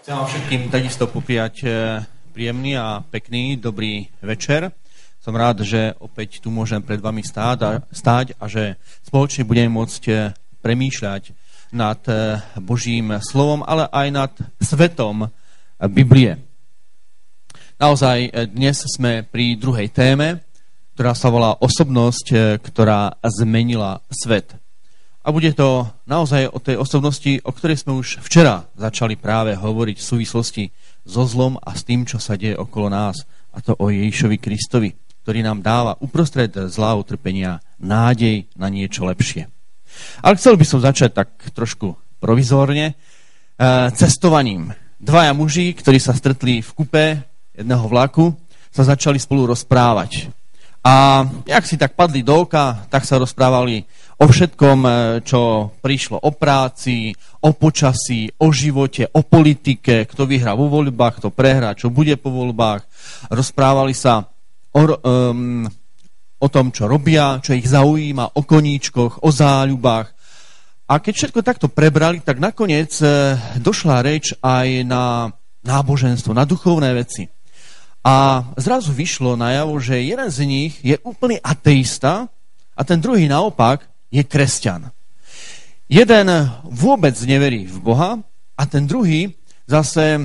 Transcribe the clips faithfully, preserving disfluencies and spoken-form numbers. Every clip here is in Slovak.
Chcem vám všetkým takisto poprijať príjemný a pekný, dobrý večer. Som rád, že opäť tu môžem pred vami stáť a, stáť a že spoločne budeme môcť premýšľať nad Božím slovom, ale aj nad svetom Biblie. Naozaj dnes sme pri druhej téme, ktorá sa volá osobnosť, ktorá zmenila svet. A bude to naozaj o tej osobnosti, o ktorej sme už včera začali práve hovoriť v súvislosti so zlom a s tým, čo sa deje okolo nás. A to o Ježišovi Kristovi, ktorý nám dáva uprostred zla utrpenia nádej na niečo lepšie. Ale chcel by som začať tak trošku provizórne cestovaním. Dvaja muži, ktorí sa stretli v kupe jedného vlaku, sa začali spolu rozprávať. A jak si tak padli do oka, tak sa rozprávali o všetkom, čo prišlo, o práci, o počasí, o živote, o politike, kto vyhrá vo voľbách, kto prehrá, čo bude po voľbách. Rozprávali sa o, um, o tom, čo robia, čo ich zaujíma, o koníčkoch, o záľubách. A keď všetko takto prebrali, tak nakoniec došla reč aj na náboženstvo, na duchovné veci. A zrazu vyšlo najavo, že jeden z nich je úplný ateista a ten druhý naopak je kresťan. Jeden vôbec neverí v Boha a ten druhý zase e,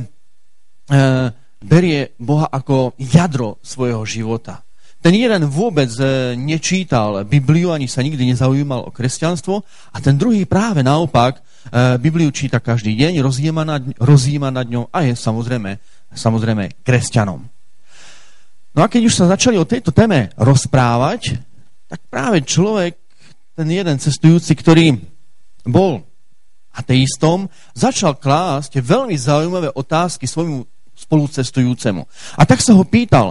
berie Boha ako jadro svojho života. Ten jeden vôbec e, nečítal Bibliu, ani sa nikdy nezaujímal o kresťanstvo a ten druhý práve naopak e, Bibliu číta každý deň, rozjíma nad, rozjíma nad ňou a je samozrejme, samozrejme kresťanom. No a keď už sa začali o tejto téme rozprávať, tak práve človek, ten jeden cestujúci, ktorý bol ateistom, začal klásť veľmi zaujímavé otázky svojmu spolucestujúcemu. A tak sa ho pýtal,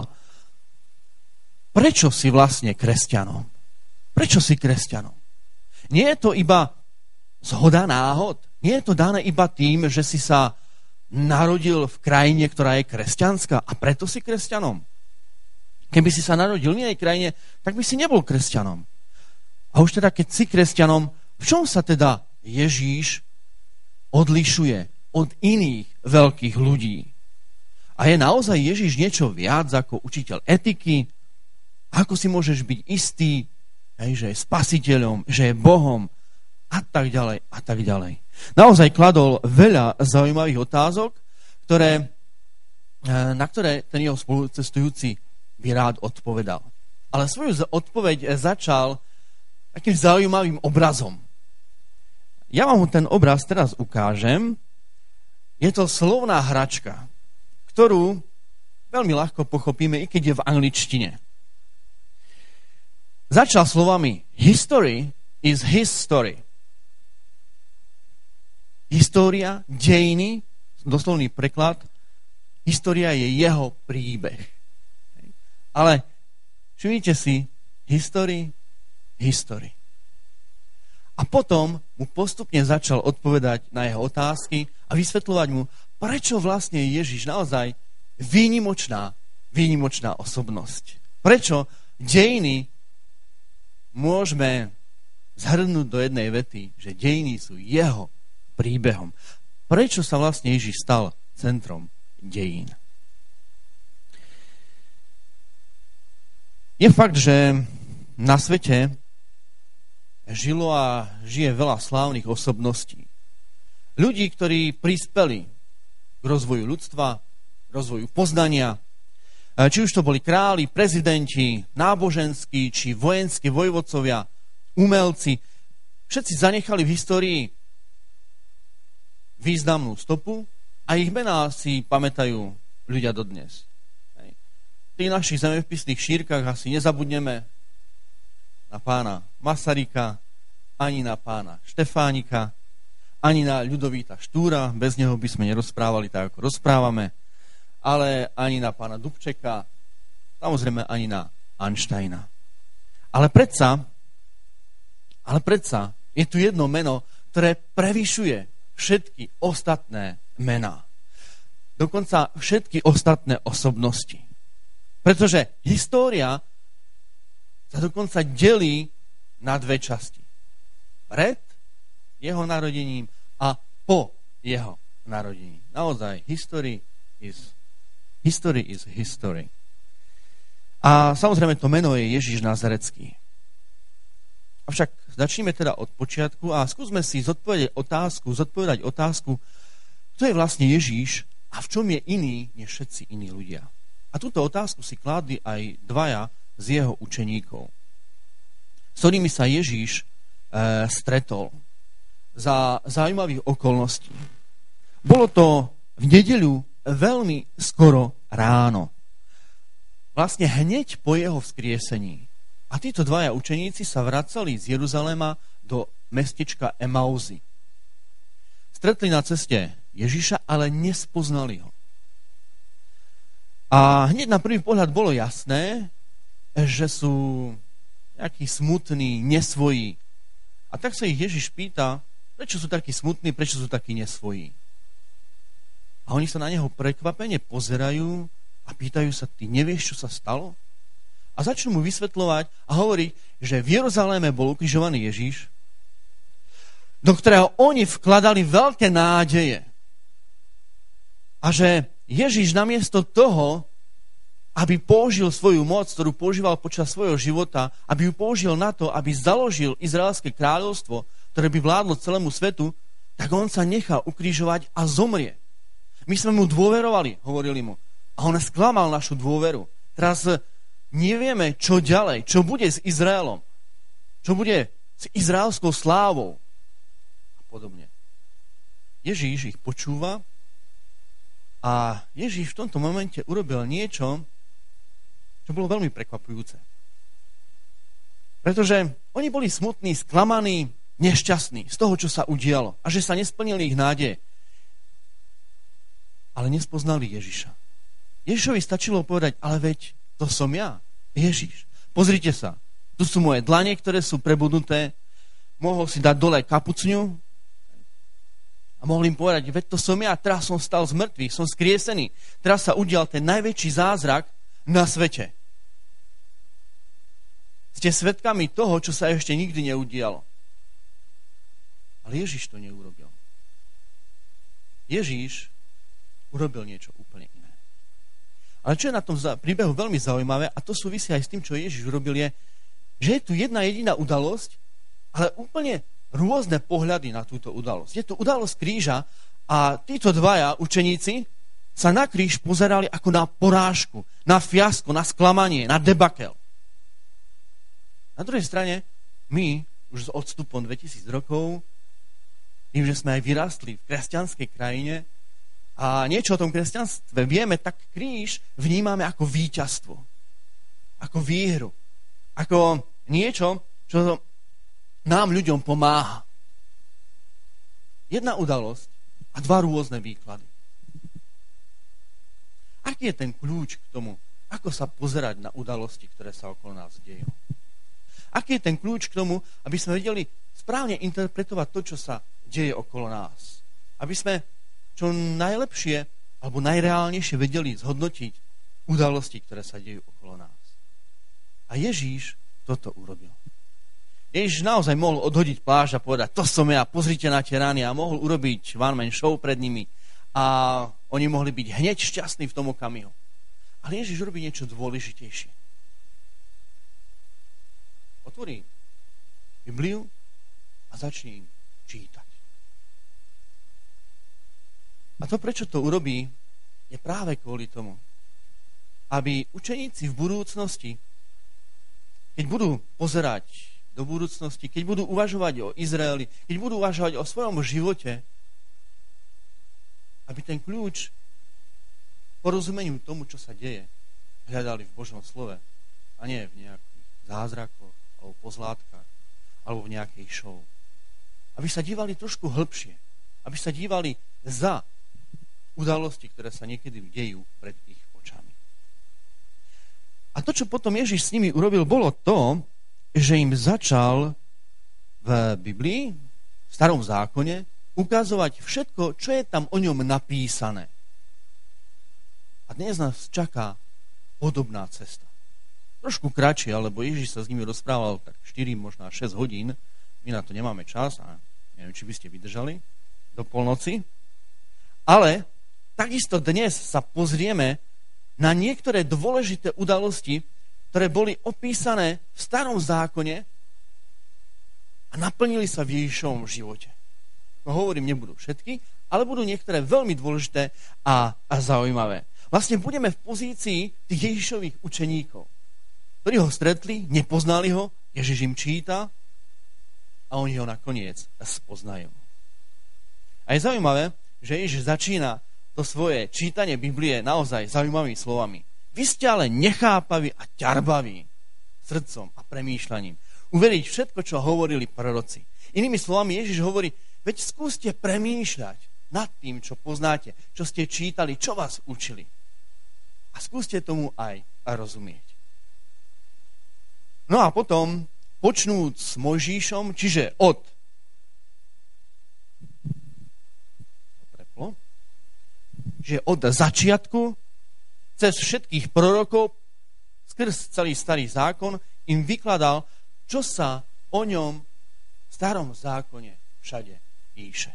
prečo si vlastne kresťanom? Prečo si kresťanom? Nie je to iba zhoda náhod? Nie je to dané iba tým, že si sa narodil v krajine, ktorá je kresťanská a preto si kresťanom? Keby si sa narodil v inej krajine, tak by si nebol kresťanom. A už teda, keď si kresťanom, v čom sa teda Ježíš odlišuje od iných veľkých ľudí? A je naozaj Ježíš niečo viac ako učiteľ etiky? Ako si môžeš byť istý, hej, že je spasiteľom, že je Bohom a tak ďalej a tak ďalej. Naozaj kladol veľa zaujímavých otázok, ktoré, na ktoré ten jeho spolucestujúci by rád odpovedal. Ale svoju odpoveď začal takým zaujímavým obrazom. Ja vám ten obraz teraz ukážem. Je to slovná hračka, ktorú veľmi ľahko pochopíme, i keď je v angličtine. Začal slovami History is his story. História, dejiny, doslovný preklad, história je jeho príbeh. Ale všimnite si, history, history. A potom mu postupne začal odpovedať na jeho otázky a vysvetľovať mu, prečo vlastne je Ježiš naozaj výnimočná, výnimočná osobnosť. Prečo dejiny môžeme zhrnúť do jednej vety, že dejiny sú jeho príbehom. Prečo sa vlastne Ježiš stal centrom dejín? Je fakt, že na svete žilo a žije veľa slávnych osobností. Ľudí, ktorí prispeli k rozvoju ľudstva, k rozvoju poznania, či už to boli králi, prezidenti, náboženskí, či vojenskí vojvodcovia, umelci. Všetci zanechali v histórii významnú stopu a ich mená si pamätajú ľudia dodnes. V tých našich zemepisných šírkach asi nezabudneme na pána Masaryka, ani na pána Štefánika, ani na Ľudovíta Štúra, bez neho by sme nerozprávali tak, ako rozprávame, ale ani na pána Dubčeka, samozrejme ani na Einsteina. Ale predsa, ale predsa je tu jedno meno, ktoré prevyšuje všetky ostatné mená. Dokonca všetky ostatné osobnosti. Pretože história sa dokonca delí na dve časti. Pred jeho narodením a po jeho narodení. Naozaj, history is, history is history. A samozrejme to meno je Ježiš Nazarecký. Avšak začneme teda od počiatku a skúsme si zodpovedať otázku, zodpovedať otázku, kto je vlastne Ježiš a v čom je iný než všetci iní ľudia. A túto otázku si kládli aj dvaja z jeho učeníkov, s ktorými sa Ježiš e, stretol za zaujímavých okolností. Bolo to v nedeľu veľmi skoro ráno. Vlastne hneď po jeho vzkriesení. A títo dvaja učeníci sa vracali z Jeruzalema do mestečka Emauzy. Stretli na ceste Ježiša, ale nespoznali ho. A hneď na prvý pohľad bolo jasné, že sú nejakí smutní, nesvojí. A tak sa ich Ježiš pýta, prečo sú takí smutní, prečo sú takí nesvojí. A oni sa na neho prekvapene pozerajú a pýtajú sa, ty nevieš, čo sa stalo? A začnú mu vysvetľovať a hovoriť, že v Jeruzaléme bol ukrižovaný Ježiš, do ktorého oni vkladali veľké nádeje. A že Ježiš namiesto toho, aby použil svoju moc, ktorú používal počas svojho života, aby ju použil na to, aby založil Izraelské kráľovstvo, ktoré by vládlo celému svetu, tak on sa nechá ukrižovať a zomrie. My sme mu dôverovali, hovorili mu. A on sklamal našu dôveru. Teraz nevieme, čo ďalej, čo bude s Izraelom, čo bude s izraelskou slávou a podobne. Ježíš ich počúva a Ježíš v tomto momente urobil niečo, čo bolo veľmi prekvapujúce. Pretože oni boli smutní, sklamaní, nešťastní z toho, čo sa udialo a že sa nesplnili ich nádeje. Ale nespoznali Ježiša. Ježišovi stačilo povedať, ale veď to som ja, Ježiš. Pozrite sa, tu sú moje dlane, ktoré sú prebudnuté. Mohol si dať dole kapucňu a mohol im povedať, veď to som ja, teraz som stal z mŕtvych, som skriesený. Teraz sa udial ten najväčší zázrak na svete. Ste svedkami toho, čo sa ešte nikdy neudialo. Ale Ježiš to neurobil. Ježiš urobil niečo úplne iné. Ale čo je na tom príbehu veľmi zaujímavé, a to súvisí aj s tým, čo Ježiš urobil, je, že je tu jedna jediná udalosť, ale úplne rôzne pohľady na túto udalosť. Je to udalosť kríža a títo dvaja učeníci sa na kríž pozerali ako na porážku, na fiasko, na sklamanie, na debakel. Na druhej strane, my už s odstupom dvetisíc rokov, tým, že sme aj vyrastli v kresťanskej krajine, a niečo o tom kresťanstve vieme, tak kríž vnímame ako víťazstvo, ako výhru, ako niečo, čo nám ľuďom pomáha. Jedna udalosť a dva rôzne výklady. Aký je ten kľúč k tomu, ako sa pozerať na udalosti, ktoré sa okolo nás dejú? Aký je ten kľúč k tomu, aby sme vedeli správne interpretovať to, čo sa deje okolo nás? Aby sme čo najlepšie alebo najreálnejšie vedeli zhodnotiť udalosti, ktoré sa dejú okolo nás. A Ježíš toto urobil. Ježíš naozaj mohol odhodiť plášť a povedať, to som ja, pozrite na tie rány, a mohol urobiť one-man show pred nimi a oni mohli byť hneď šťastní v tom okamihu. Ale Ježíš robí niečo dôležitejšie. Otvorí Bibliu a začne im čítať. A to, prečo to urobí, je práve kvôli tomu, aby učeníci v budúcnosti, keď budú pozerať do budúcnosti, keď budú uvažovať o Izraeli, keď budú uvažovať o svojom živote, aby ten kľúč porozumeniu tomu, čo sa deje, hľadali v Božom slove a nie v nejakých zázrakoch alebo pozlátkach alebo v nejakej show. Aby sa dívali trošku hĺbšie, aby sa dívali za udalosti, ktoré sa niekedy dejú pred ich očami. A to, čo potom Ježiš s nimi urobil, bolo to, že im začal v Biblii, v Starom zákone, ukazovať všetko, čo je tam o ňom napísané. A dnes nás čaká podobná cesta. Trošku kratšie, alebo Ježiš sa s nimi rozprával tak štyri, možno šesť hodín. My na to nemáme čas a neviem, či by ste vydržali do polnoci. Ale takisto dnes sa pozrieme na niektoré dôležité udalosti, ktoré boli opísané v Starom zákone a naplnili sa v Ježišovom živote. No hovorím, nebudú všetky, ale budú niektoré veľmi dôležité a, a zaujímavé. Vlastne budeme v pozícii tých Ježišových učeníkov, ktorí ho stretli, nepoznali ho, Ježiš im číta a oni ho nakoniec spoznajú. A je zaujímavé, že Ježiš začína to svoje čítanie Biblie naozaj zaujímavými slovami. Vy ste ale nechápaví a ťarbaví srdcom a premýšľaním. Uveriť všetko, čo hovorili proroci. Inými slovami Ježiš hovorí, veď skúste premýšľať nad tým, čo poznáte, čo ste čítali, čo vás učili. A skúste tomu aj rozumieť. No a potom, počnúc s Mojžíšom, čiže od preplo, že od začiatku cez všetkých prorokov skrz celý starý zákon im vykladal, čo sa o ňom v starom zákone všade píše.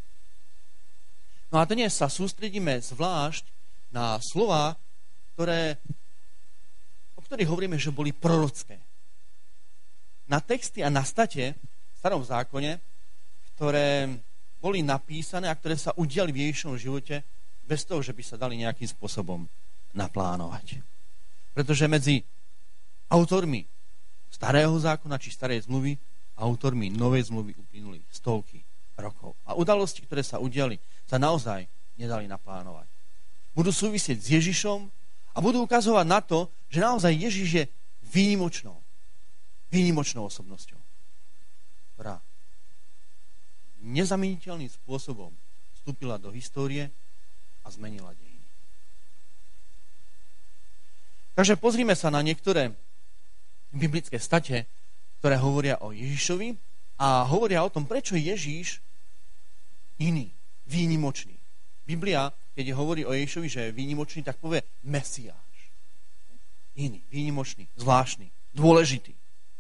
No a dnes sa sústredíme zvlášť na slová, ktoré, o ktorých hovoríme, že boli prorocké. Na texty a na state v starom zákone, ktoré boli napísané a ktoré sa udiali v Ježišovom živote bez toho, že by sa dali nejakým spôsobom naplánovať. Pretože medzi autormi starého zákona či starej zmluvy a autormi novej zmluvy uplynuli stovky rokov. A udalosti, ktoré sa udiali, sa naozaj nedali naplánovať. Budú súvisieť s Ježišom a budú ukazovať na to, že naozaj Ježiš je výnimočnou, výnimočnou osobnosťou, ktorá nezameniteľným spôsobom vstúpila do histórie a zmenila dejiny. Takže pozrime sa na niektoré biblické state, ktoré hovoria o Ježišovi a hovoria o tom, prečo Ježiš iný, výnimočný. Biblia, keď hovorí o Ježišovi, že je výnimočný, tak povie Mesiáš. Iný, výnimočný, zvláštny, dôležitý.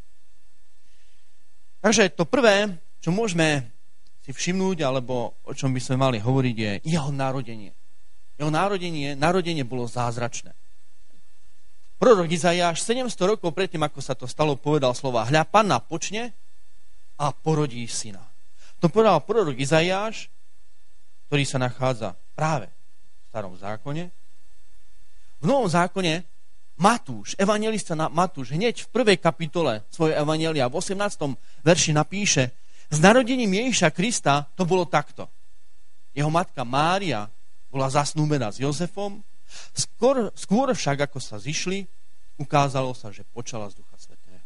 Takže to prvé, čo môžeme si všimnúť, alebo o čom by sme mali hovoriť, je jeho narodenie. Jeho narodenie, narodenie bolo zázračné. Prorok Izaiáš sedemsto rokov predtým, ako sa to stalo, povedal slova: hľa, panna počne a porodí syna. To povedal prorok Izaiáš, ktorý sa nachádza práve v starom zákone. V novom zákone Matúš, evanjelista Matúš, hneď v prvej kapitole svojho evanjelia v osemnástom verši napíše: s narodením Ježiša Krista to bolo takto. Jeho matka Mária bola zasnúbená s Jozefom. Skôr, skôr však, ako sa zišli, ukázalo sa, že počala z Ducha Svätého.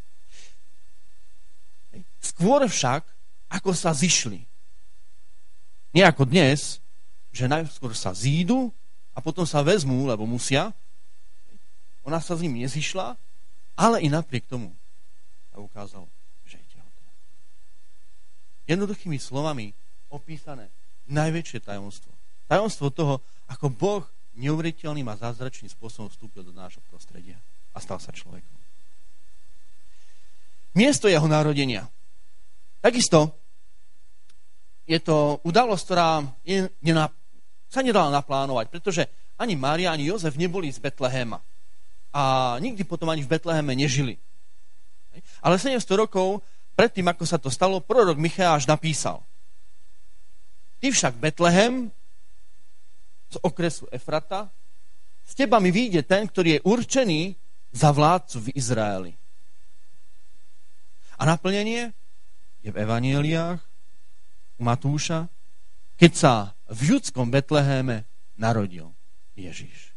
Skôr však, ako sa zišli. Nie ako dnes, že najskôr sa zídu a potom sa vezmú, lebo musia. Ona sa s ním nezišla, ale i napriek tomu sa ukázalo, že je tehotná. Jednoduchými slovami opísané najväčšie tajomstvo. Tajomstvo toho, ako Boh neuveriteľným a zázračným spôsobom vstúpil do nášho prostredia a stal sa človekom. Miesto jeho narodenia. Takisto je to udalosť, ktorá je, nenap- sa nedala naplánovať, pretože ani Mária, ani Jozef neboli z Betlehema. A nikdy potom ani v Betleheme nežili. Ale sedemsto rokov predtým, ako sa to stalo, prorok Micheáš napísal: ty však Betlehem, z okresu Efrata, s teba mi vyjde ten, ktorý je určený za vládcu v Izraeli. A naplnenie je v evanjeliách u Matúša, keď sa v judskom Betlehéme narodil Ježiš.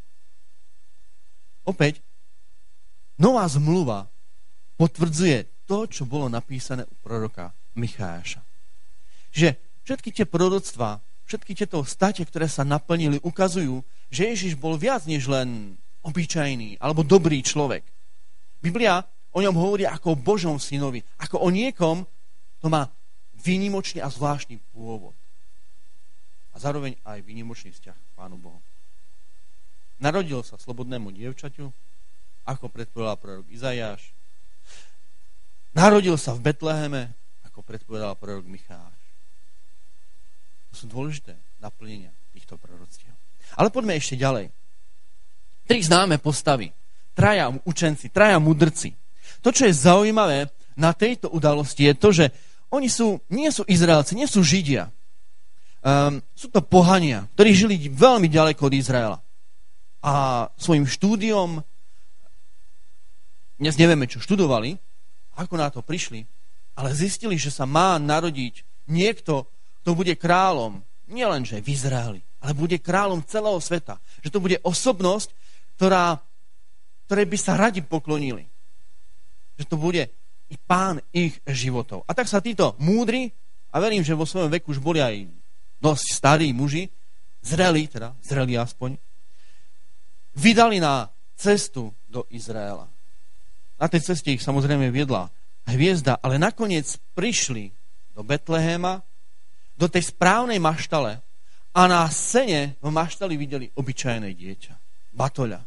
Opäť, nová zmluva potvrdzuje to, čo bolo napísané u proroka Micháša. Že všetky tie proroctvá, všetky tieto state, ktoré sa naplnili, ukazujú, že Ježiš bol viac než len obyčajný alebo dobrý človek. Biblia o ňom hovorí ako o Božom synovi, ako o niekom, kto má výnimočný a zvláštny pôvod. A zároveň aj výnimočný vzťah k Pánu Bohu. Narodil sa slobodnému dievčaťu, ako predpovedal prorok Izaiáš. Narodil sa v Betleheme, ako predpovedal prorok Micháš. To sú dôležité naplnenia týchto proroctiev. Ale poďme ešte ďalej. Tri známe postavy. Traja učenci, traja mudrci. To, čo je zaujímavé na tejto udalosti, je to, že oni sú, nie sú Izraelci, nie sú Židia. Um, sú to pohania, ktorí žili veľmi ďaleko od Izraela. A svojim štúdiom, dnes nevieme, čo študovali, ako na to prišli, ale zistili, že sa má narodiť niekto, kto bude kráľom, nielenže v Izraeli, ale bude kráľom celého sveta. Že to bude osobnosť, ktorá, ktorej by sa radi poklonili. Že to bude i pán ich životov. A tak sa títo múdri, a verím, že vo svojom veku už boli aj dosť starí muži, zrelí, teda zrelí aspoň, vydali na cestu do Izraela. Na tej ceste ich samozrejme viedla hviezda, ale nakoniec prišli do Betlehéma, do tej správnej maštale a na scéne v maštali videli obyčajné dieťa. Batoľa.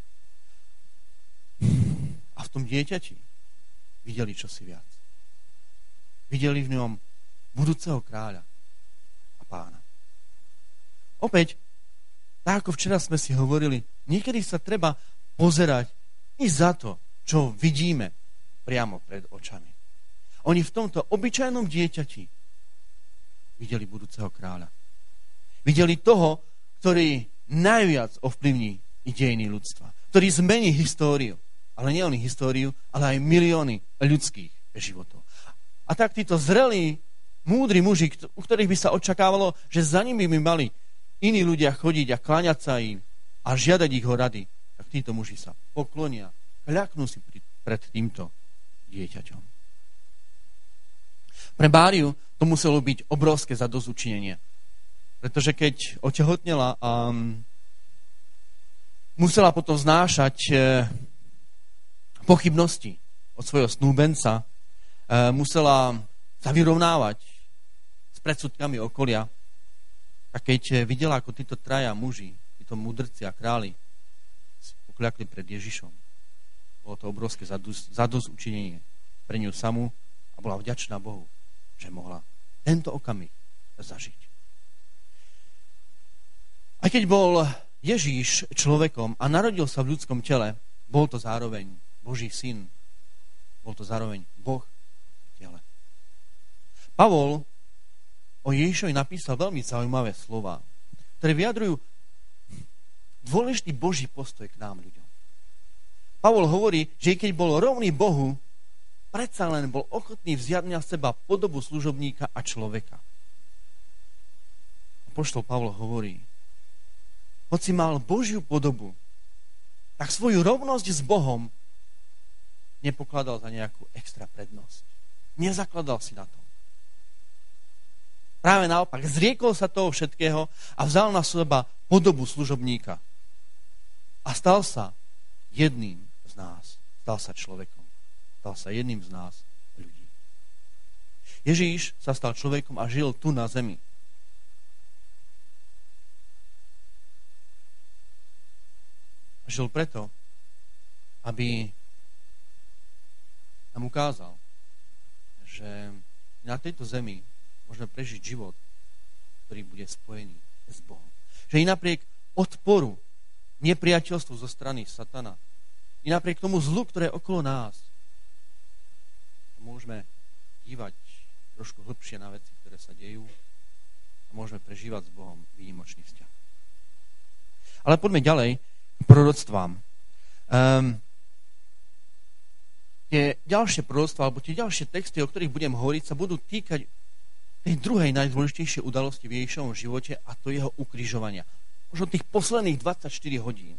A v tom dieťati videli čosi viac. Videli v ňom budúceho kráľa a pána. Opäť, tak ako včera sme si hovorili, niekedy sa treba pozerať i za to, čo vidíme priamo pred očami. Oni v tomto obyčajnom dieťati videli budúceho kráľa. Videli toho, ktorý najviac ovplyvní i dejiny ľudstva. Ktorý zmení históriu. Ale nie len históriu, ale aj milióny ľudských životov. A tak títo zrelí, múdri muži, u ktorých by sa očakávalo, že za nimi by mali iní ľudia chodiť a kláňať sa im a žiadať ich o rady, tak títo muži sa poklonia, kľaknú si pred týmto dieťaťom. Pre Máriu to muselo byť obrovské zadozučinenie. Pretože keď otehotnela a musela potom znášať pochybnosti od svojho snúbenca, musela sa vyrovnávať s predsudkami okolia, a keď videla, ako títo traja muži, títo mudrci a králi pokľakli pred Ježišom, bolo to obrovské zadozučinenie pre ňu samú a bola vďačná Bohu, že mohla tento okamih zažiť. A keď bol Ježíš človekom a narodil sa v ľudskom tele, bol to zároveň Boží syn, bol to zároveň Boh v tele. Pavol o Ježišovi napísal veľmi zaujímavé slová, ktoré vyjadrujú dôležitý Boží postoj k nám ľuďom. Pavol hovorí, že keď bol rovný Bohu, predsa len bol ochotný vziať na seba podobu služobníka a človeka. Apoštol Pavol hovorí, hoci mal Božiu podobu, tak svoju rovnosť s Bohom nepokladal za nejakú extra prednosť. Nezakladal si na tom. Práve naopak, zriekol sa toho všetkého a vzal na seba podobu služobníka. A stal sa jedným z nás. Stal sa človekom. Stal sa jedným z nás ľudí. Ježíš sa stal človekom a žil tu na zemi. Žil preto, aby nám ukázal, že na tejto zemi môžeme prežiť život, ktorý bude spojený s Bohom. Že i napriek odporu, nepriateľstvu zo strany satana, i napriek tomu zlu, ktoré je okolo nás, môžeme dívať trošku hlbšie na veci, ktoré sa dejú a môžeme prežívať s Bohom výnimočný vzťah. Ale poďme ďalej k proroctvám. Um, tie ďalšie proroctvá, alebo tie ďalšie texty, o ktorých budem hovoriť, sa budú týkať tej druhej najdôležitejšej udalosti v Ježišovom živote, a to jeho ukrižovania. Možno tých posledných dvadsaťštyri hodín.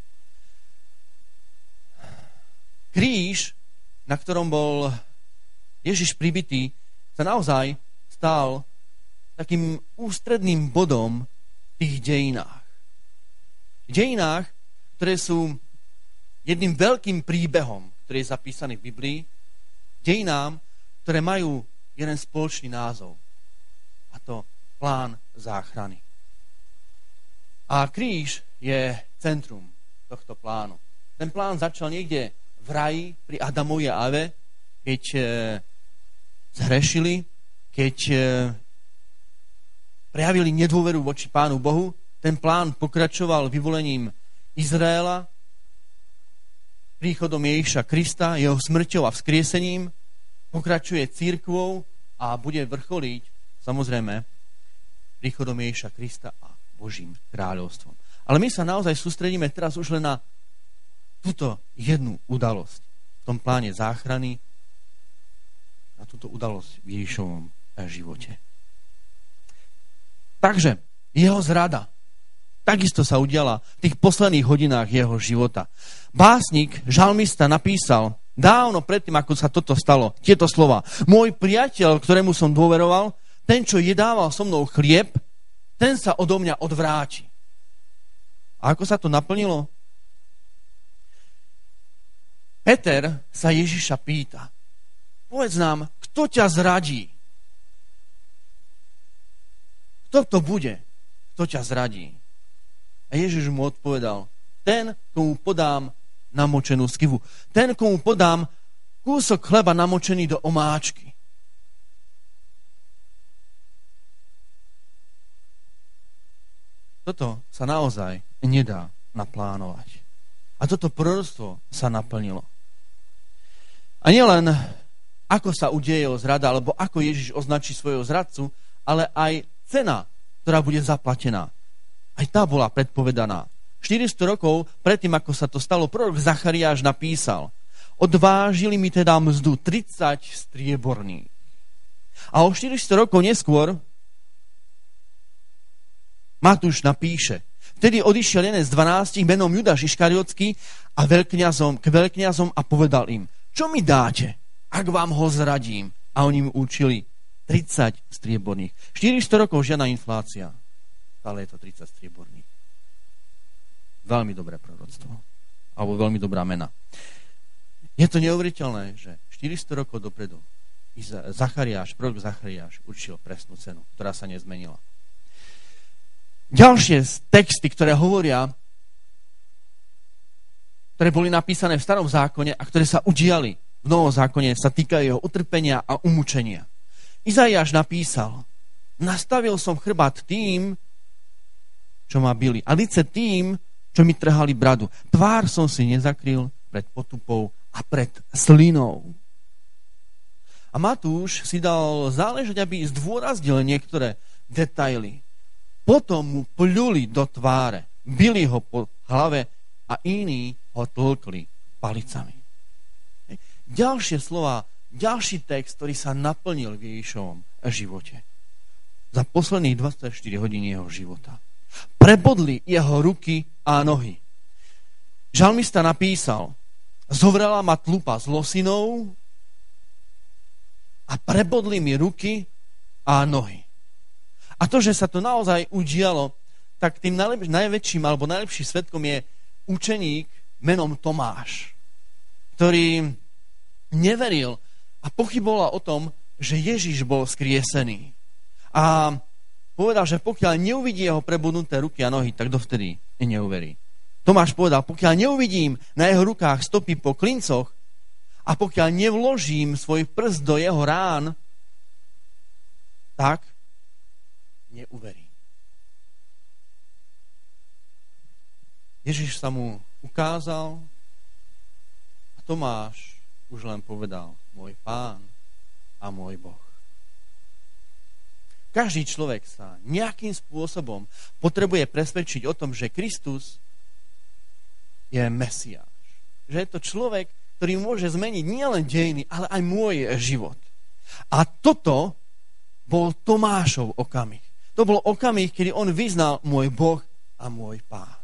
Kríž, na ktorom bol Ježiš pribitý, sa naozaj stal takým ústredným bodom v tých dejinách. V dejinách, ktoré sú jedným veľkým príbehom, ktorý je zapísaný v Biblii, dejinám, ktoré majú jeden spoločný názov. A to plán záchrany. A kríž je centrum tohto plánu. Ten plán začal niekde v raji pri Adamovi a Eve, keď e, zhrešili, keď e, prejavili nedôveru voči Pánu Bohu. Ten plán pokračoval vyvolením Izraela, príchodom Ježiša Krista, jeho smrťou a vzkriesením, pokračuje cirkvou a bude vrcholiť, samozrejme, príchodom Ježiša Krista a Božím kráľovstvom. Ale my sa naozaj sústredíme teraz už len na túto jednu udalosť v tom pláne záchrany, na túto udalosť v Ježišovom živote. Takže jeho zrada takisto sa udiala v tých posledných hodinách jeho života. Básnik, žalmista napísal dávno predtým, ako sa toto stalo, tieto slova. Môj priateľ, ktorému som dôveroval, ten, čo jedával so mnou chlieb, ten sa odo mňa odvráti. A ako sa to naplnilo? Peter sa Ježiša pýta, povedz nám, kto ťa zradí? Kto to bude, kto ťa zradí? A Ježiš mu odpovedal, ten, komu podám namočenú skivu. Ten, komu podám kúsok chleba namočený do omáčky. Toto sa naozaj nedá naplánovať. A toto proroctvo sa naplnilo. A nielen ako sa udeje jeho zrada, alebo ako Ježiš označí svojho zradcu, ale aj cena, ktorá bude zaplatená. Aj tá bola predpovedaná. štyristo rokov predtým, ako sa to stalo, prorok Zachariáš napísal, odvážili mi teda mzdu tridsať strieborných. A o štyristo rokov neskôr Matúš napíše, vtedy odišiel jeden z dvanástich menom Judáš Iškariotský a veľkňazom, k veľkňazom a povedal im, čo mi dáte, ak vám ho zradím? A oni mu učili tridsať strieborných. štyristo rokov žiadna inflácia. Ale je to tridsať strieborných. Veľmi dobré proroctvo. Alebo veľmi dobrá mena. Je to neuveriteľné, že štyristo rokov dopredu Zachariáš, prorok Zachariáš určil presnú cenu, ktorá sa nezmenila. Ďalšie texty, ktoré hovoria, ktoré boli napísané v Starom zákone a ktoré sa udiali v Novom zákone, sa týkajú jeho utrpenia a umúčenia. Izaiáš napísal, nastavil som chrbát tým, čo ma bili, a lice tým, čo mi trhali bradu. Tvár som si nezakryl pred potupou a pred slinou. A Matúš si dal záležať, aby zdôraznil niektoré detaily. Potom mu pľuli do tváre, bili ho po hlave a iní ho tlkli palicami. Ďalšie slova, ďalší text, ktorý sa naplnil v Ježišovom živote. Za posledných dvadsaťštyri hodín jeho života. Prebodli jeho ruky a nohy. Žalmista napísal, zovrela ma tlupa s losinou a prebodli mi ruky a nohy. A to, že sa to naozaj udialo, tak tým najlep- najväčším alebo najlepším svedkom je učeník menom Tomáš, ktorý neveril a pochyboval o tom, že Ježiš bol skriesený. A povedal, že pokiaľ neuvidí jeho prebudnuté ruky a nohy, tak dovtedy neuverí. Tomáš povedal, pokiaľ neuvidím na jeho rukách stopy po klincoch a pokiaľ nevložím svoj prst do jeho rán, tak neuverí. Ježiš sa mu ukázal a Tomáš už len povedal, môj Pán a môj Boh. Každý človek sa nejakým spôsobom potrebuje presvedčiť o tom, že Kristus je Mesiáš. Že je to človek, ktorý môže zmeniť nielen dejiny, ale aj môj život. A toto bol Tomášov okamih. To bol okamih, kedy on vyznal môj Boh a môj Pán.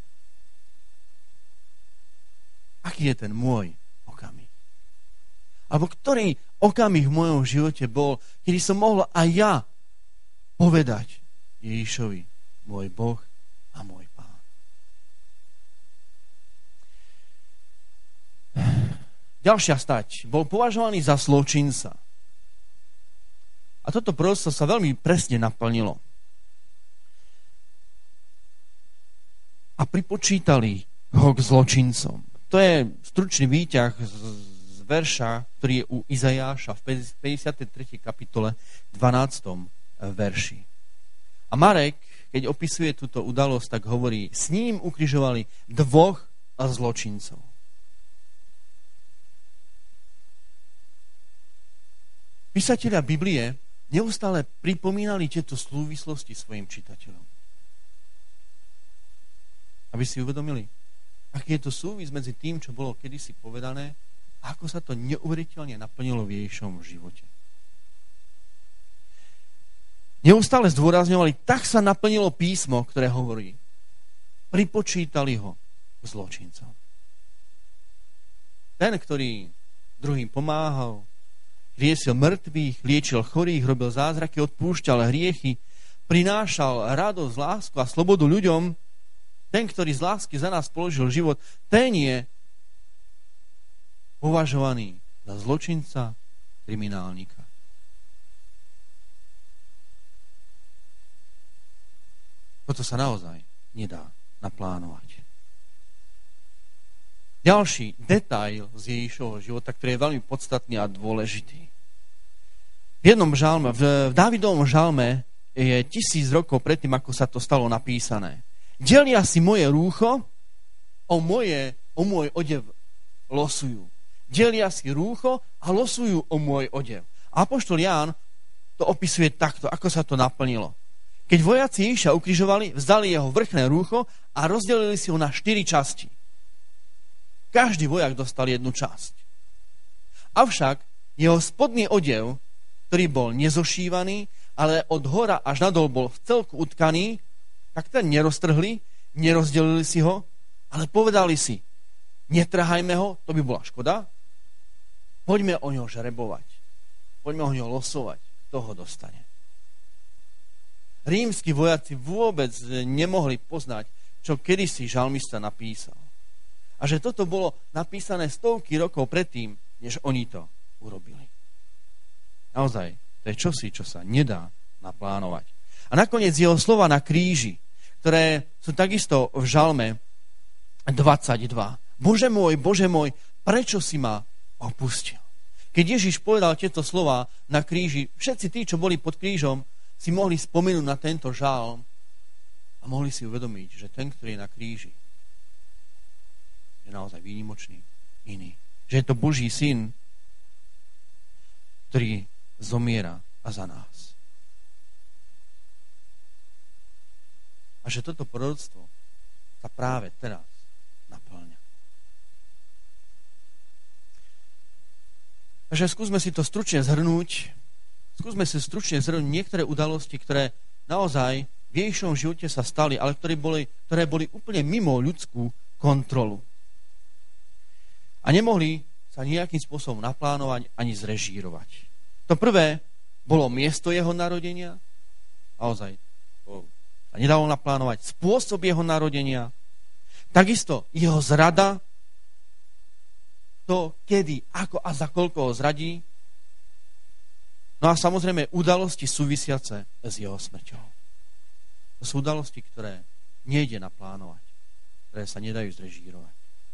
Aký je ten môj okamih? Alebo ktorý okamih v mojom živote bol, kedy som mohol aj ja povedať Ježišovi, môj Boh a môj Pán. Ďalšia stať. Bol považovaný za zločinca. A toto proroctvo sa veľmi presne naplnilo. A pripočítali ho k zločincom. To je stručný výťah z, z verša, ktorý je u Izaiáša v päťdesiatej tretej kapitole dvanástom verši. A A Marek, keď opisuje túto udalosť, tak hovorí, s ním ukrižovali dvoch zločincov. Písatelia Biblie neustále pripomínali tieto súvislosti svojim čitateľom. Aby si uvedomili, aký je to súvis medzi tým, čo bolo kedysi povedané, a ako sa to neuveriteľne naplnilo v Ježišovom živote. Neustále zdôrazňovali, tak sa naplnilo písmo, ktoré hovorí. Pripočítali ho zločincom. Ten, ktorý druhým pomáhal, riesil mŕtvych, liečil chorých, robil zázraky, odpúšťal hriechy, prinášal radosť, lásku a slobodu ľuďom, ten, ktorý z lásky za nás položil život, ten je považovaný za zločinca, kriminálnika. Toto sa naozaj nedá naplánovať. Ďalší detail z Ježišovho života, ktorý je veľmi podstatný a dôležitý. V jednom žalme, v Dávidovom žalme je tisíc rokov predtým, ako sa to stalo napísané. Delia si moje rúcho, o, moje, o môj odev losujú. Delia si rúcho a losujú o môj odev. A apoštol Ján to opisuje takto, ako sa to naplnilo. Keď vojaci Ježiša ukrižovali, vzdali jeho vrchné rúcho a rozdelili si ho na štyri časti. Každý vojak dostal jednu časť. Avšak jeho spodný odev, ktorý bol nezošívaný, ale od hora až nadol bol v celku utkaný, tak ten neroztrhli, nerozdelili si ho, ale povedali si, netrhajme ho, to by bola škoda, poďme o ňo žrebovať, poďme o ňo losovať, kto ho dostane. Rímski vojaci vôbec nemohli poznať, čo kedysi žalmista napísal. A že toto bolo napísané stovky rokov predtým, než oni to urobili. Naozaj, to je čosi, čo sa nedá naplánovať. A nakoniec jeho slova na kríži, ktoré sú takisto v žalme dvadsaťdva. Bože môj, Bože môj, prečo si ma opustil? Keď Ježiš povedal tieto slova na kríži, všetci tí, čo boli pod krížom, si mohli spomenúť na tento žalm a mohli si uvedomiť, že ten, ktorý je na kríži, je naozaj výnimočný, iný. Že je to Boží syn, ktorý zomiera a za nás. A že toto proroctvo sa práve teraz naplňa. Takže skúsme si to stručne zhrnúť. Skúsme si stručne zhrnúť niektoré udalosti, ktoré naozaj v Ježišovom živote sa stali, ale ktoré boli, ktoré boli úplne mimo ľudskú kontrolu. A nemohli sa nejakým spôsobom naplánovať ani zrežírovať. To prvé bolo miesto jeho narodenia. Naozaj to sa nedalo naplánovať. Spôsob jeho narodenia. Takisto jeho zrada. To, kedy, ako a za koľko ho zradí. No a samozrejme udalosti súvisiace s jeho smrťou. To sú udalosti, ktoré nejde naplánovať, ktoré sa nedajú zrežírovať.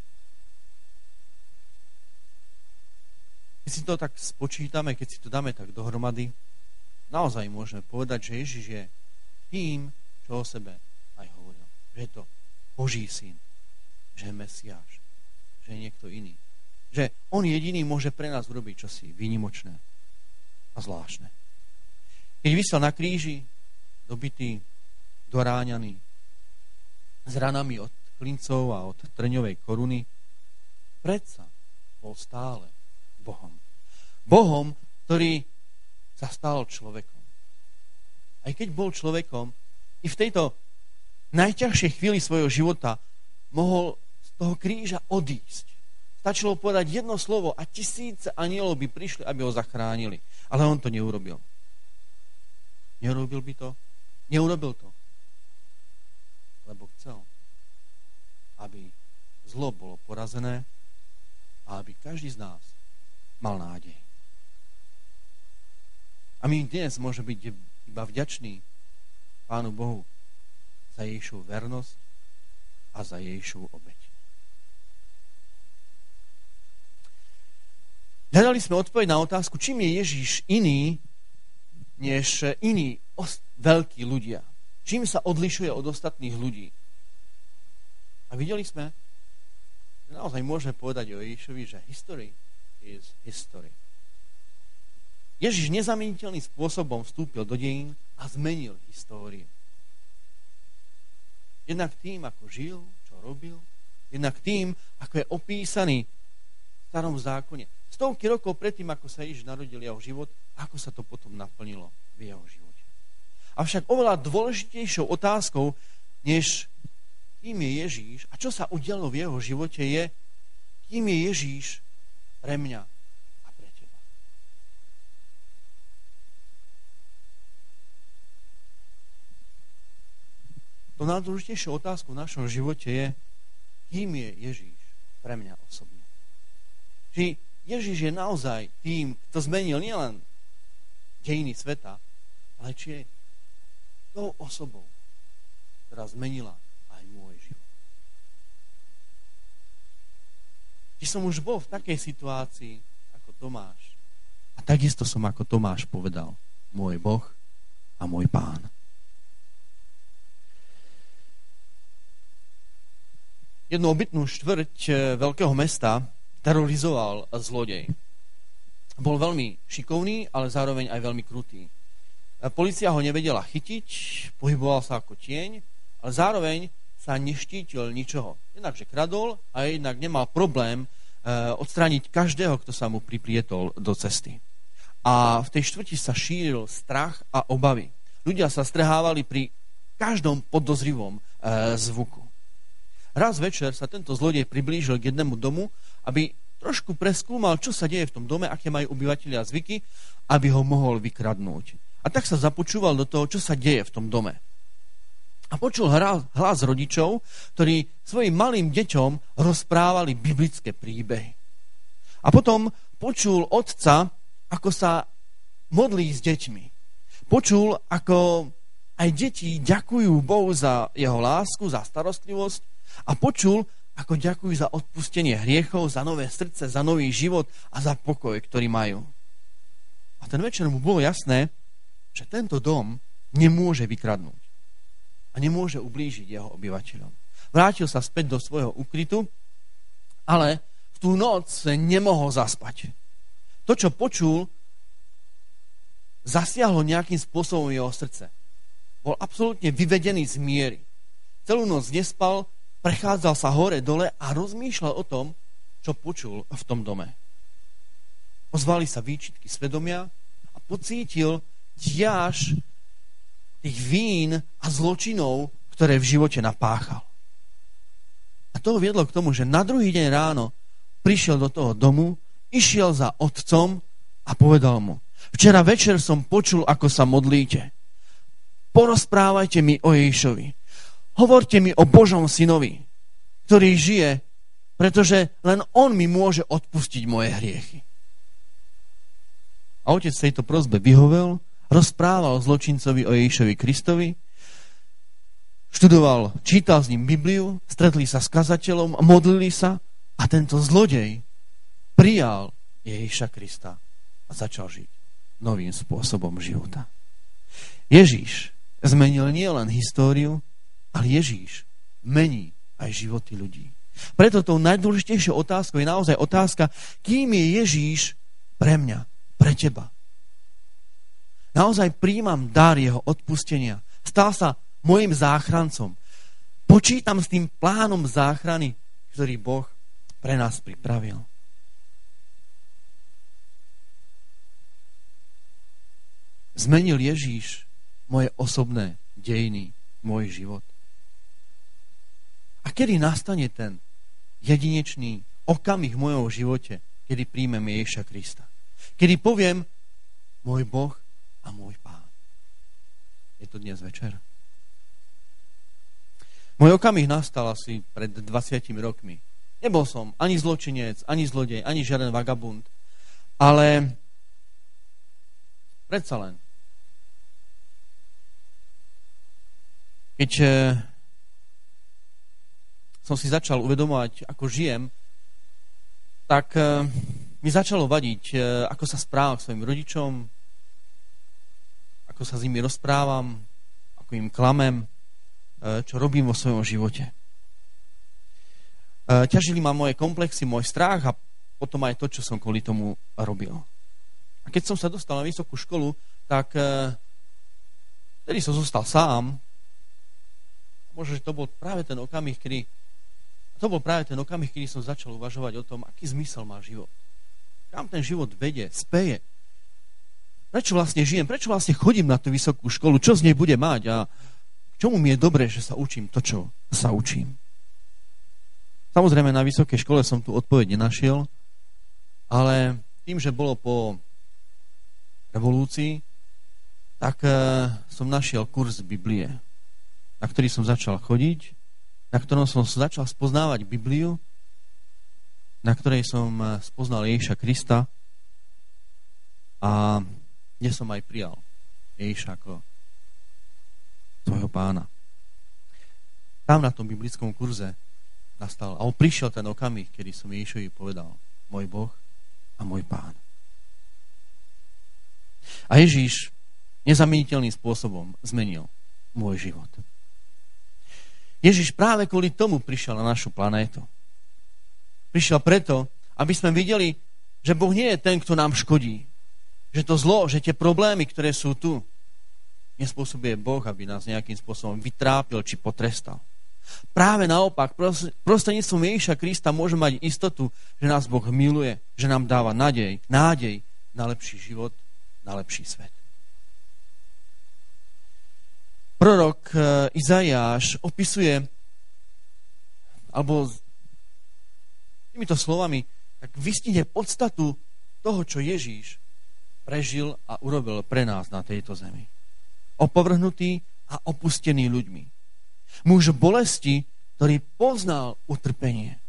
Keď si to tak spočítame, keď si to dáme tak dohromady, naozaj môžeme povedať, že Ježiš je tým, čo o sebe aj hovoril. Že je to Boží syn, že je Mesiáš, že je niekto iný. Že on jediný môže pre nás urobiť čosi výnimočné a zvláštne. Keď visel na kríži, dobitý, doráňaný, s ranami od klincov a od trňovej koruny, predsa bol stále Bohom. Bohom, ktorý sa stal človekom. Aj keď bol človekom, i v tejto najťažšej chvíli svojho života mohol z toho kríža odísť. Stačilo povedať jedno slovo a tisíce anielov by prišli, aby ho zachránili. Ale on to neurobil. Neurobil by to? Neurobil to. Lebo chcel, aby zlo bolo porazené a aby každý z nás mal nádej. A my dnes môžeme byť iba vďační Pánu Bohu za Ježišovu vernosť a za Ježišovu obeť. Hľadali sme odpoveď na otázku, čím je Ježiš iný než iní veľkí ľudia. Čím sa odlišuje od ostatných ľudí? A videli sme, že naozaj môžeme povedať o Ježišovi, že history is history. Ježiš nezameniteľným spôsobom vstúpil do dejín a zmenil históriu. Jednak tým, ako žil, čo robil, jednak tým, ako je opísaný v starom zákone. Stovky rokov predtým, ako sa Ježiš narodil jeho život, ako sa to potom naplnilo v jeho živote. Avšak oveľa dôležitejšou otázkou, než kým je Ježíš a čo sa udialo v jeho živote, je, kým je Ježíš pre mňa a pre teba. To najdôležitejšou otázkou v našom živote je, kým je Ježíš pre mňa osobne. Či Ježíš je naozaj tým, kto zmenil nielen dejiny sveta, ale či je tou osobou, ktorá zmenila aj môj život. Či som už bol v takej situácii ako Tomáš. A takisto som ako Tomáš povedal, môj Boh a môj Pán. Jednu obytnú štvrť veľkého mesta terorizoval zlodej. Bol veľmi šikovný, ale zároveň aj veľmi krutý. Polícia ho nevedela chytiť, pohyboval sa ako tieň, ale zároveň sa neštítil ničoho. Jednakže kradol a jednak nemal problém odstrániť každého, kto sa mu priplietol do cesty. A v tej štvrti sa šíril strach a obavy. Ľudia sa strhávali pri každom podozrivom zvuku. Raz večer sa tento zlodej priblížil k jednému domu, aby trošku preskúmal, čo sa deje v tom dome, aké majú obyvatelia zvyky, aby ho mohol vykradnúť. A tak sa započúval do toho, čo sa deje v tom dome. A počul hlas rodičov, ktorí svojim malým deťom rozprávali biblické príbehy. A potom počul otca, ako sa modlí s deťmi. Počul, ako aj deti ďakujú Bohu za jeho lásku, za starostlivosť, a počul, ako ďakujú za odpustenie hriechov, za nové srdce, za nový život a za pokoj, ktorý majú. A ten večer mu bolo jasné, že tento dom nemôže vykradnúť a nemôže ublížiť jeho obyvateľom. Vrátil sa späť do svojho úkrytu, ale v tú noc nemohol zaspať. To, čo počul, zasiahlo nejakým spôsobom jeho srdce. Bol absolútne vyvedený z miery. Celú noc nespal, prechádzal sa hore, dole a rozmýšľal o tom, čo počul v tom dome. Ozvali sa výčitky svedomia a pocítil ťaž tých vín a zločinov, ktoré v živote napáchal. A to ho viedlo k tomu, že na druhý deň ráno prišiel do toho domu, išiel za otcom a povedal mu: včera večer som počul, ako sa modlíte. Porozprávajte mi o Ježišovi. Hovorte mi o Božom synovi, ktorý žije, pretože len on mi môže odpustiť moje hriechy. A otec tejto prosbe vyhovel, rozprával zločincovi o Ježišovi Kristovi, študoval, čítal s ním Bibliu, stretli sa s kazateľom, modlili sa a tento zlodej prijal Ježiša Krista a začal žiť novým spôsobom života. Ježiš zmenil nielen históriu, ale Ježíš mení aj životy ľudí. Preto tou najdôležitejšou otázkou je naozaj otázka, kým je Ježíš pre mňa, pre teba. Naozaj príjmam dar jeho odpustenia. Stal sa mojim záchrancom. Počítam s tým plánom záchrany, ktorý Boh pre nás pripravil. Zmenil Ježíš moje osobné dejiny, môj život. A kedy nastane ten jedinečný okamih v mojom živote, kedy príjmem Ježiša Krista? Kedy poviem, môj Boh a môj Pán. Je to dnes večer. Môj okamih nastal asi pred dvadsiatimi rokmi. Nebol som ani zločinec, ani zlodej, ani žiaden vagabund, ale predsa len. Keď som si začal uvedomovať, ako žijem, tak mi začalo vadiť, ako sa správam k svojim rodičom, ako sa s nimi rozprávam, ako ako im klamem, čo robím vo svojom živote. Ťažili ma moje komplexy, môj strach a potom aj to, čo som kvôli tomu robil. A keď som sa dostal na vysokú školu, tak vtedy som zostal sám. Možno, že to bol práve ten okamih, kedy to bol práve ten okamih, kedy som začal uvažovať o tom, aký zmysel má život. Kam ten život vedie, speje. Prečo vlastne žijem? Prečo vlastne chodím na tú vysokú školu? Čo z nej bude mať? A k čomu mi je dobré, že sa učím to, čo sa učím? Samozrejme, na vysokej škole som tú odpoveď nenašiel, ale tým, že bolo po revolúcii, tak som našiel kurz Biblie, na ktorý som začal chodiť, na ktorom som začal spoznávať Bibliu, na ktorej som spoznal Ježiša Krista a kde som aj prijal Ježiša ako svojho pána. Tam na tom biblickom kurze nastal, a prišiel ten okamih, kedy som Ježišovi povedal: môj Boh a môj pán. A Ježiš nezameniteľným spôsobom zmenil môj život. Ježiš práve kvôli tomu prišiel na našu planétu. Prišiel preto, aby sme videli, že Boh nie je ten, kto nám škodí. Že to zlo, že tie problémy, ktoré sú tu, nespôsobuje Boh, aby nás nejakým spôsobom vytrápil či potrestal. Práve naopak, prostredníctvom Ježiša Krista môžeme mať istotu, že nás Boh miluje, že nám dáva nádej, nádej na lepší život, na lepší svet. Prorok Izaiáš opisuje, alebo týmito slovami, tak vystihne podstatu toho, čo Ježíš prežil a urobil pre nás na tejto zemi. Opovrhnutý a opustený ľuďmi. Muž bolesti, ktorý poznal utrpenie.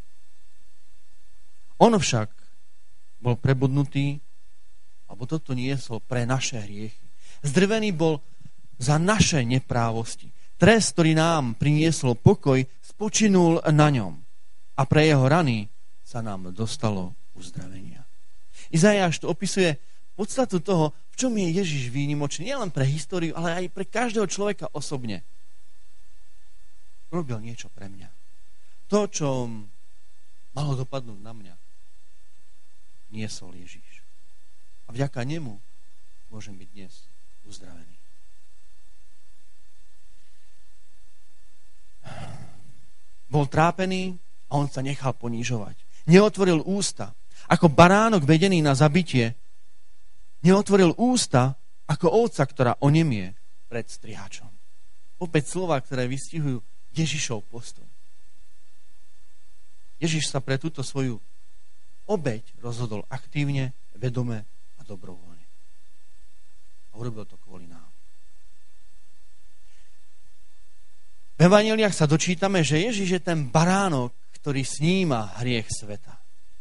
On však bol prebodnutý, alebo toto niesol pre naše hriechy. Zdrvený bol za naše neprávosti. Trest, ktorý nám priniesol pokoj, spočinul na ňom. A pre jeho rany sa nám dostalo uzdravenia. Izaiáš tu opisuje podstatu toho, v čom je Ježiš výnimočný. Nie len pre históriu, ale aj pre každého človeka osobne. Robil niečo pre mňa. To, čo malo dopadnúť na mňa, niesol Ježiš. A vďaka nemu môžem byť dnes uzdravený. Bol trápený a on sa nechal ponížovať. Neotvoril ústa ako baránok vedený na zabitie. Neotvoril ústa ako ovca, ktorá onemie pred strihačom. Opäť slova, ktoré vystihujú Ježišov postoj. Ježiš sa pre túto svoju obeť rozhodol aktívne, vedome a dobrovoľne. A urobil to kvôli nám. V evanjeliách sa dočítame, že Ježiš je ten baránok, ktorý sníma hriech sveta.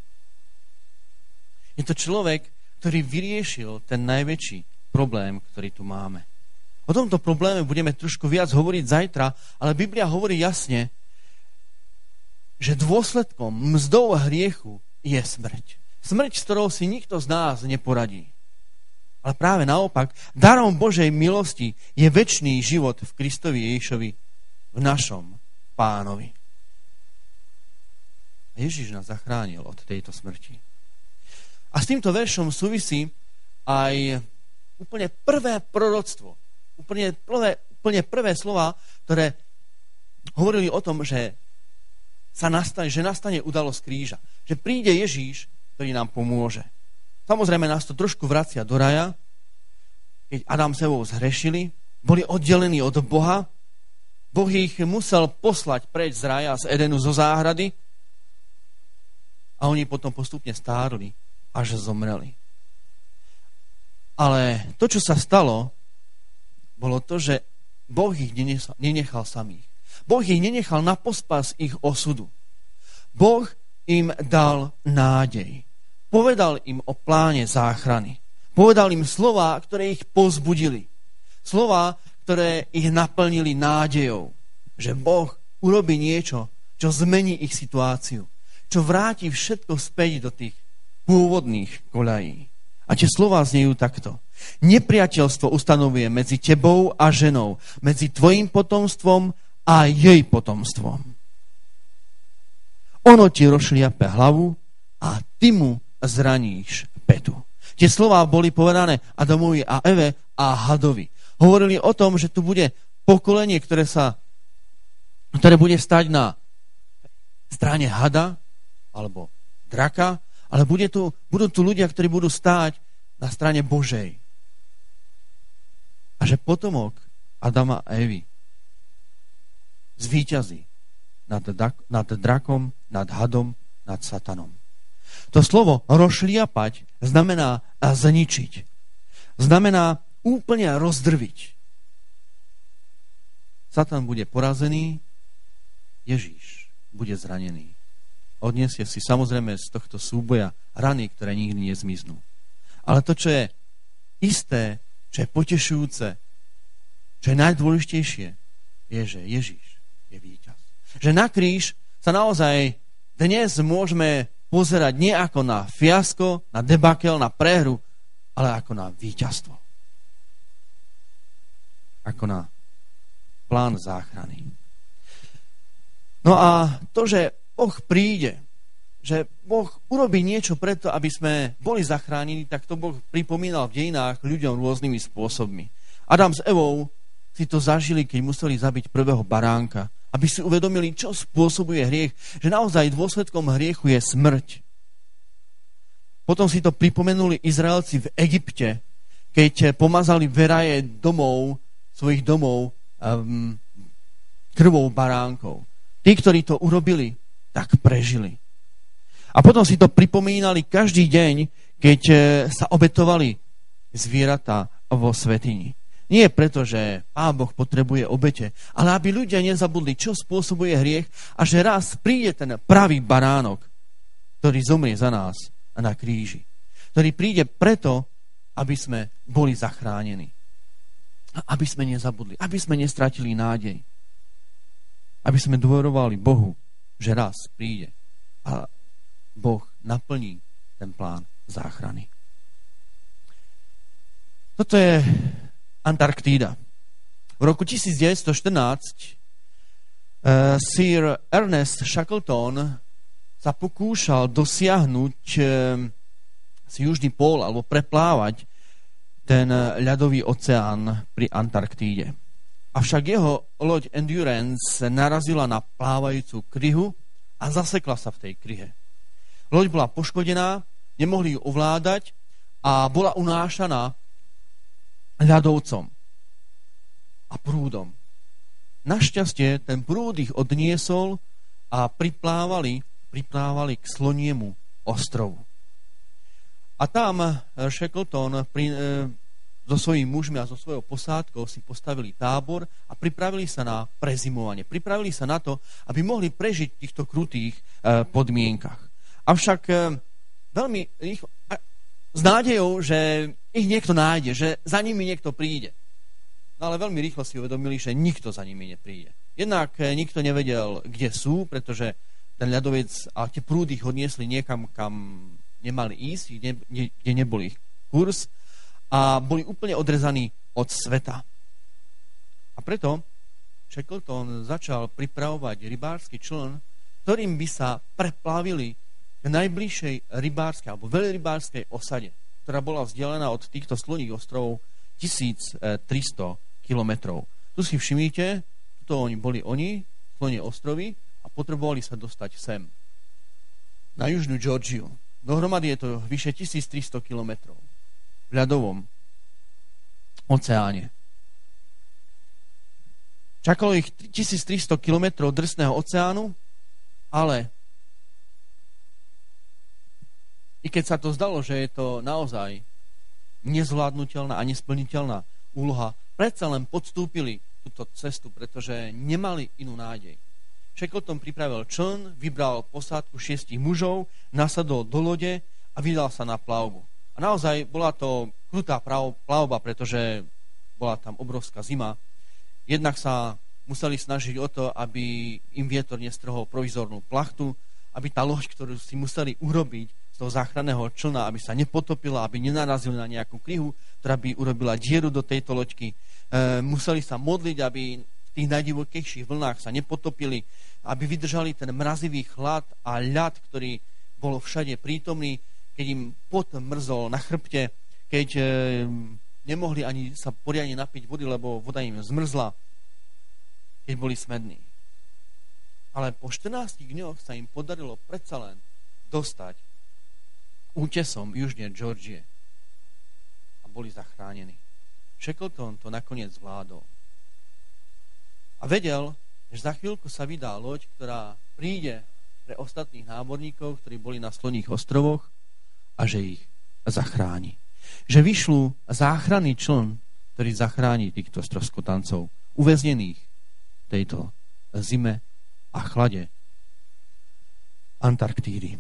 Je to človek, ktorý vyriešil ten najväčší problém, ktorý tu máme. O tomto probléme budeme trošku viac hovoriť zajtra, ale Biblia hovorí jasne, že dôsledkom, mzdou hriechu je smrť. Smrť, s ktorou si nikto z nás neporadí. Ale práve naopak, darom Božej milosti je večný život v Kristovi Ježišovi, v našom Pánovi. A Ježiš nás zachránil od tejto smrti. A s týmto veršom súvisí aj úplne prvé proroctvo, úplne prvé, úplne prvé slova, ktoré hovorili o tom, že sa nastane, že nastane udalosť kríža. Že príde Ježíš, ktorý nám pomôže. Samozrejme nás to trošku vracia do raja, keď Adam s Evou zhrešili, boli oddelení od Boha, Boh ich musel poslať preč z raja, z Edenu, zo záhrady a oni potom postupne stárli, až zomreli. Ale to, čo sa stalo, bolo to, že Boh ich nenechal samých. Boh ich nenechal na pospas ich osudu. Boh im dal nádej. Povedal im o pláne záchrany. Povedal im slová, ktoré ich povzbudili. Slová, ktoré ich naplnili nádejou, že Boh urobí niečo, čo zmení ich situáciu, čo vráti všetko späť do tých pôvodných koľají. A A tie slová znejú takto. Nepriateľstvo ustanovuje medzi tebou a ženou, medzi tvojim potomstvom a jej potomstvom. Ono ti rozšliape hlavu a ty mu zraníš petu. Tie slová boli povedané Adamovi a Eve a hadovi. Hovorili o tom, že tu bude pokolenie, ktoré sa, ktoré bude stať na strane hada alebo draka, ale bude tu, budú tu ľudia, ktorí budú stáť na strane Božej. A že potomok Adama a Evy zvíťazí nad, nad drakom, nad hadom, nad satanom. To slovo rozšliapať znamená zničiť. Znamená úplne rozdrviť. Satan bude porazený, Ježíš bude zranený. Odniesie si samozrejme z tohto súboja rany, ktoré nikdy nezmiznú. Ale to, čo je isté, čo je potešujúce, čo je najdôležitejšie, je, že Ježíš je víťaz. Že na kríž sa naozaj dnes môžeme pozerať nie ako na fiasko, na debakel, na prehru, ale ako na víťazstvo. Ako na plán záchrany. No a to, že Boh príde, že Boh urobí niečo preto, aby sme boli zachránení, tak to Boh pripomínal v dejinách ľuďom rôznymi spôsobmi. Adam s Evou si to zažili, keď museli zabiť prvého baránka, aby si uvedomili, čo spôsobuje hriech, že naozaj dôsledkom hriechu je smrť. Potom si to pripomenuli Izraelci v Egypte, keď pomazali veraje domov, svojich domov um, krvou baránkov. Tí, ktorí to urobili, tak prežili. A potom si to pripomínali každý deň, keď sa obetovali zvieratá vo svätyni. Nie preto, že Pán Boh potrebuje obete, ale aby ľudia nezabudli, čo spôsobuje hriech a že raz príde ten pravý baránok, ktorý zomrie za nás na kríži. Ktorý príde preto, aby sme boli zachránení. A aby sme nezabudli, aby sme nestratili nádej. Aby sme dôverovali Bohu, že raz príde a Boh naplní ten plán záchrany. Toto je Antarktída. V roku devätnásť štrnásť uh, Sir Ernest Shackleton sa pokúšal dosiahnuť uh, si južný pól alebo preplávať ten ľadový oceán pri Antarktíde. Avšak jeho loď Endurance narazila na plávajúcu kryhu a zasekla sa v tej kryhe. Loď bola poškodená, nemohli ju ovládať a bola unášaná ľadovcom a prúdom. Našťastie ten prúd ich odniesol a priplávali, priplávali k sloniemu ostrovu. A tam Shackleton pri, e, so svojimi mužmi a so svojou posádkou si postavili tábor a pripravili sa na prezimovanie. Pripravili sa na to, aby mohli prežiť v týchto krutých e, podmienkach. Avšak e, veľmi rýchlo, s nádejou, že ich niekto nájde, že za nimi niekto príde. No ale veľmi rýchlo si uvedomili, že nikto za nimi nepríde. Jednak e, nikto nevedel, kde sú, pretože ten ľadovec a tie prúdy ich odniesli niekam, kam nemali ísť, kde, kde nebol ich kurz a boli úplne odrezaní od sveta. A preto Shackleton začal pripravovať rybársky čln, ktorým by sa preplavili k najbližšej rybárskej alebo veľrybárskej osade, ktorá bola vzdialená od týchto sloních ostrovov tisíctristo kilometrov. Tu si všimnite, to oni boli oni, slonie ostrovy, a potrebovali sa dostať sem, na južnú Georgiu. Dohromady je to vyše tisíctristo kilometrov v ľadovom oceáne. Čakalo ich tisíctristo kilometrov drsného oceánu, ale i keď sa to zdalo, že je to naozaj nezvládnutelná a nesplniteľná úloha, predsa len podstúpili túto cestu, pretože nemali inú nádej. Shackleton pripravil čln, vybral posádku šiestich mužov, nasadol do lode a vydal sa na plavbu. A naozaj bola to krutá plavba, pretože bola tam obrovská zima. Jednak sa museli snažiť o to, aby im vietor nestrhol provizornú plachtu, aby tá loď, ktorú si museli urobiť z toho záchranného člna, aby sa nepotopila, aby nenarazili na nejakú kryhu, ktorá by urobila dieru do tejto loďky. E, museli sa modliť, aby v tých najdivokejších vlnách sa nepotopili, aby vydržali ten mrazivý chlad a ľad, ktorý bol všade prítomný, keď im pot mrzol na chrbte, keď e, nemohli ani sa poriadne napiť vody, lebo voda im zmrzla, keď boli smední. Ale po štrnástich dňoch sa im podarilo predsa len dostať útesom južne Georgie a boli zachránení. Shackleton to nakoniec zvládol. A vedel, že za chvíľku sa vydá loď, ktorá príde pre ostatných námorníkov, ktorí boli na Sloných ostrovoch, a že ich zachráni. Že vyšľú záchranný čln, ktorý zachráni týchto stroskotancov, uväznených v tejto zime a chlade Antarktídy.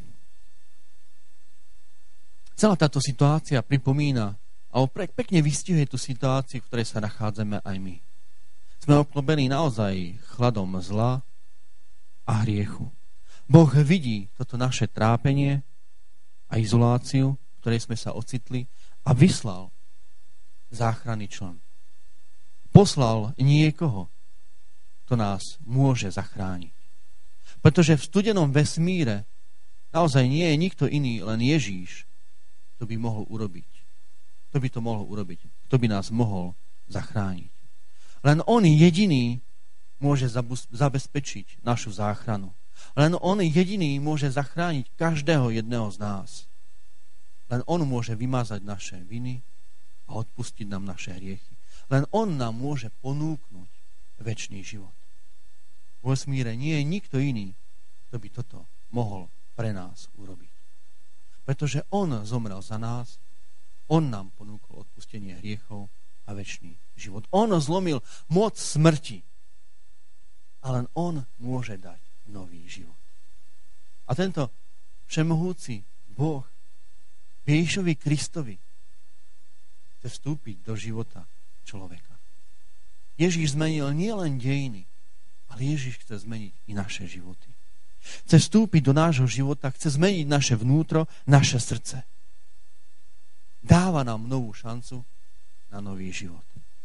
Celá táto situácia pripomína a pekne vystihuje tú situáciu, v ktorej sa nachádzame aj my. Sme obklobení naozaj chladom zla a hriechu. Boh vidí toto naše trápenie a izoláciu, v ktorej sme sa ocitli, a vyslal záchranný čln. Poslal niekoho, kto nás môže zachrániť. Pretože v studenom vesmíre naozaj nie je nikto iný, len Ježíš, kto by mohol urobiť. Kto by to mohol urobiť? Kto by nás mohol zachrániť? Len on jediný môže zabezpečiť našu záchranu. Len on jediný môže zachrániť každého jedného z nás. Len on môže vymazať naše viny a odpustiť nám naše hriechy. Len on nám môže ponúknuť večný život. Vo vesmíre nie je nikto iný, kto by toto mohol pre nás urobiť. Pretože on zomrel za nás, on nám ponúkol odpustenie hriechov a večný život. On zlomil moc smrti. A len on môže dať nový život. A tento všemohúci Boh Ježišovi Kristovi chce vstúpiť do života človeka. Ježiš zmenil nielen dejiny, ale Ježiš chce zmeniť i naše životy. Chce vstúpiť do nášho života, chce zmeniť naše vnútro, naše srdce. Dáva nám novú šancu na nový život.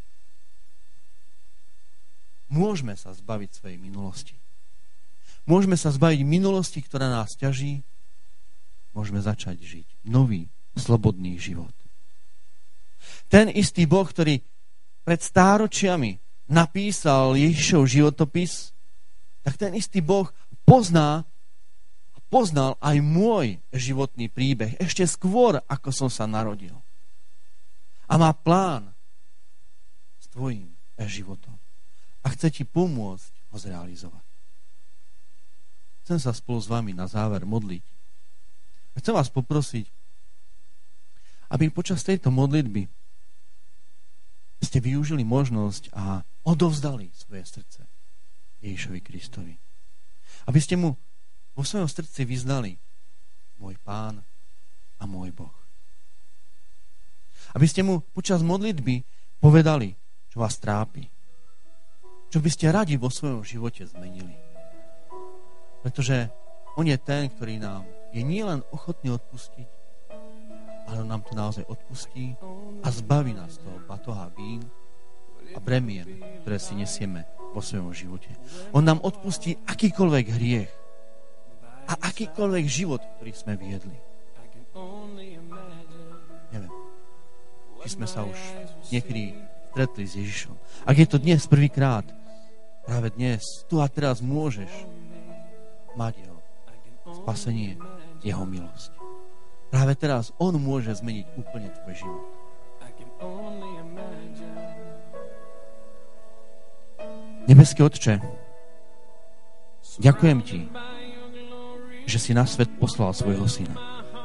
Môžeme sa zbaviť svojej minulosti. Môžeme sa zbaviť minulosti, ktorá nás ťaží. Môžeme začať žiť nový, slobodný život. Ten istý Boh, ktorý pred stáročiami napísal Ježišov životopis, tak ten istý Boh pozná a poznal aj môj životný príbeh ešte skôr, ako som sa narodil. A má plán s tvojím životom. A chce ti pomôcť ho zrealizovať. Chcem sa spolu s vami na záver modliť. A chcem vás poprosiť, aby počas tejto modlitby ste využili možnosť a odovzdali svoje srdce Ježišovi Kristovi. Aby ste mu vo svojom srdci vyznali: môj Pán a môj Boh. Aby ste mu počas modlitby povedali, čo vás trápi, čo by ste radi vo svojom živote zmenili. Pretože on je ten, ktorý nám je nielen ochotný odpustiť, ale on nám to naozaj odpustí a zbaví nás toho batoha vín a bremien, ktoré si nesieme vo svojom živote. On nám odpustí akýkoľvek hriech a akýkoľvek život, ktorý sme viedli. Neviem, či sme sa už niekedy stretli s Ježišom. Ak je to dnes prvýkrát, práve dnes, tu a teraz môžeš mať jeho spasenie, jeho milosť. Práve teraz on môže zmeniť úplne tvoj život. Nebeský Otče, ďakujem ti, že si na svet poslal svojho syna.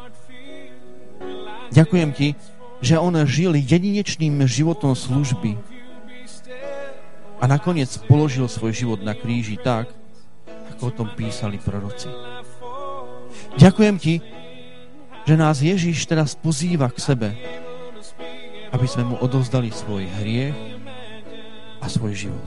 Ďakujem ti, že on žil jedinečným životom služby a nakoniec položil svoj život na kríži tak, ako o tom písali proroci. Ďakujem ti, že nás Ježiš teraz pozýva k sebe, aby sme mu odovzdali svoj hriech a svoj život.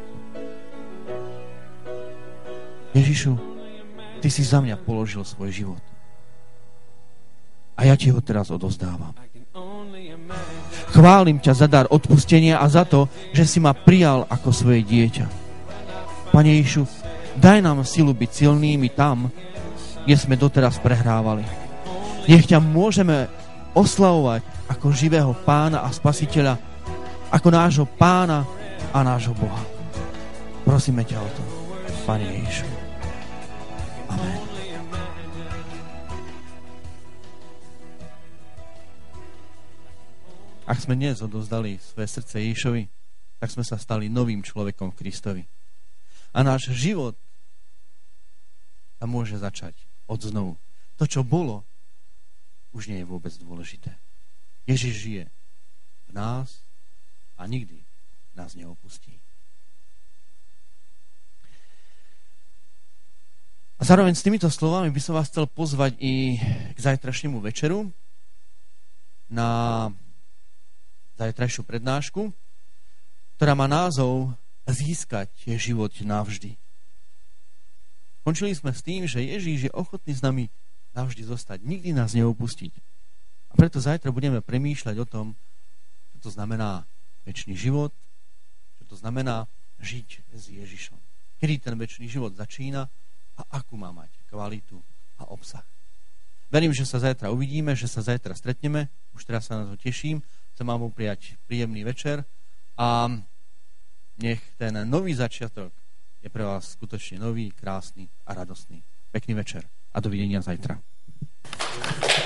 Ježišu, ty si za mňa položil svoj život. A ja ti ho teraz odovzdávam. Chválim ťa za dar odpustenia a za to, že si ma prijal ako svoje dieťa. Pane Ježišu, daj nám silu byť silnými tam, kde sme doteraz prehrávali. Nech ťa môžeme oslavovať ako živého Pána a Spasiteľa, ako nášho Pána a nášho Boha. Prosíme ťa o to, Pane Ježišu. Amen. Ak sme dnes odovzdali svoje srdce Ježišovi, tak sme sa stali novým človekom v Kristovi. A náš život sa môže začať od znovu. To, čo bolo, už nie je vôbec dôležité. Ježiš žije v nás a nikdy nás neopustí. A zároveň s týmito slovami by som vás chcel pozvať i k zajtrašnému večeru na zajtrajšiu prednášku, ktorá má názov Získať život navždy. Končili sme s tým, že Ježíš je ochotný s nami navždy zostať, nikdy nás neopustiť. A preto zajtra budeme premýšľať o tom, čo to znamená večný život, čo to znamená žiť s Ježišom. Kedy ten večný život začína a akú má mať kvalitu a obsah. Verím, že sa zajtra uvidíme, že sa zajtra stretneme, už teraz sa na to teším, chcem vám upriať príjemný večer a nech ten nový začiatok je pre vás skutočne nový, krásny a radostný. Pekný večer a dovidenia zajtra.